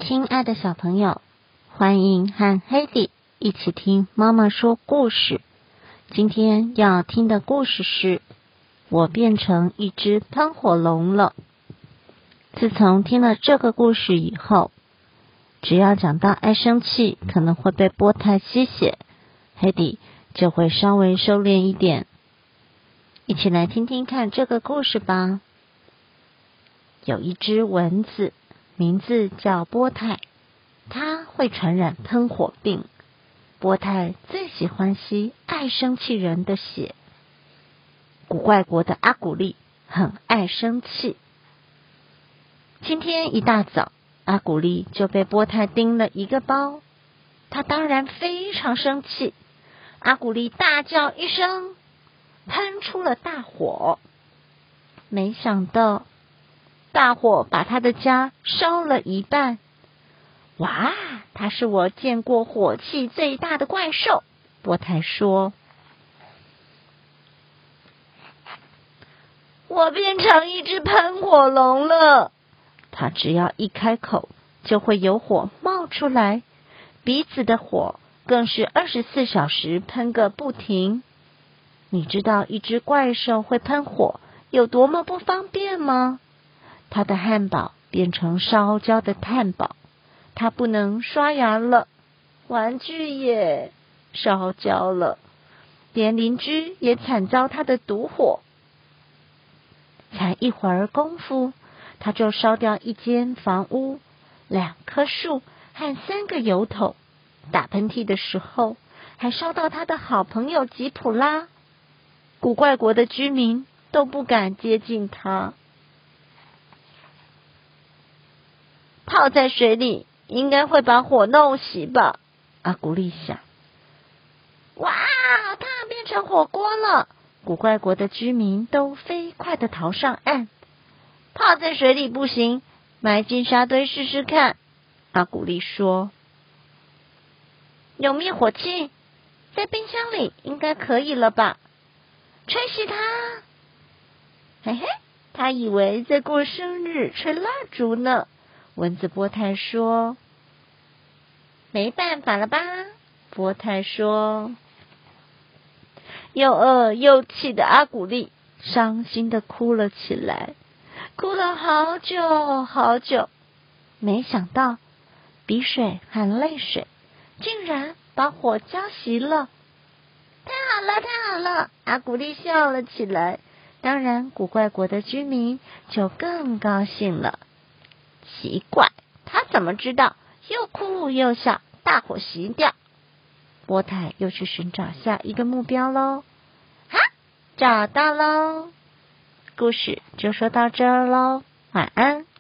亲爱的小朋友，欢迎和黑迪一起听妈妈说故事。今天要听的故事是我变成一只喷火龙了。自从听了这个故事以后，只要讲到爱生气可能会被波太吸血，黑迪就会稍微收敛一点。一起来听听看这个故事吧。有一只蚊子，名字叫波太，它会传染喷火病。波太最喜欢吸爱生气人的血。古怪国的阿古丽很爱生气。今天一大早，阿古丽就被波太叮了一个包。他当然非常生气。阿古丽大叫一声，喷出了大火。没想到大火把他的家烧了一半。哇，他是我见过火气最大的怪兽，波太说。我变成一只喷火龙了。他只要一开口，就会有火冒出来，鼻子的火更是24小时喷个不停。你知道一只怪兽会喷火有多么不方便吗？他的汉堡变成烧焦的炭堡，他不能刷牙了，玩具也烧焦了，连邻居也惨遭他的毒火。才一会儿功夫，他就烧掉一间房屋、2棵树和3个油桶，打喷嚏的时候还烧到他的好朋友吉普拉。古怪国的居民都不敢接近他。泡在水里应该会把火弄熄吧，阿古丽想。哇，它变成火锅了！古怪国的居民都飞快地逃上岸。泡在水里不行，埋进沙堆试试看，阿古丽说。有灭火器，在冰箱里应该可以了吧？吹熄它！嘿嘿，他以为在过生日，吹蜡烛呢。蚊子波太说。没办法了吧？波太说。又饿又气的阿古丽伤心的哭了起来，哭了好久好久。没想到鼻水和泪水竟然把火浇熄了。太好了，太好了！阿古丽笑了起来。当然古怪国的居民就更高兴了。奇怪，他怎么知道又哭又笑，大火熄掉？波太又去寻找下一个目标喽。哈，找到喽！故事就说到这儿喽，晚安。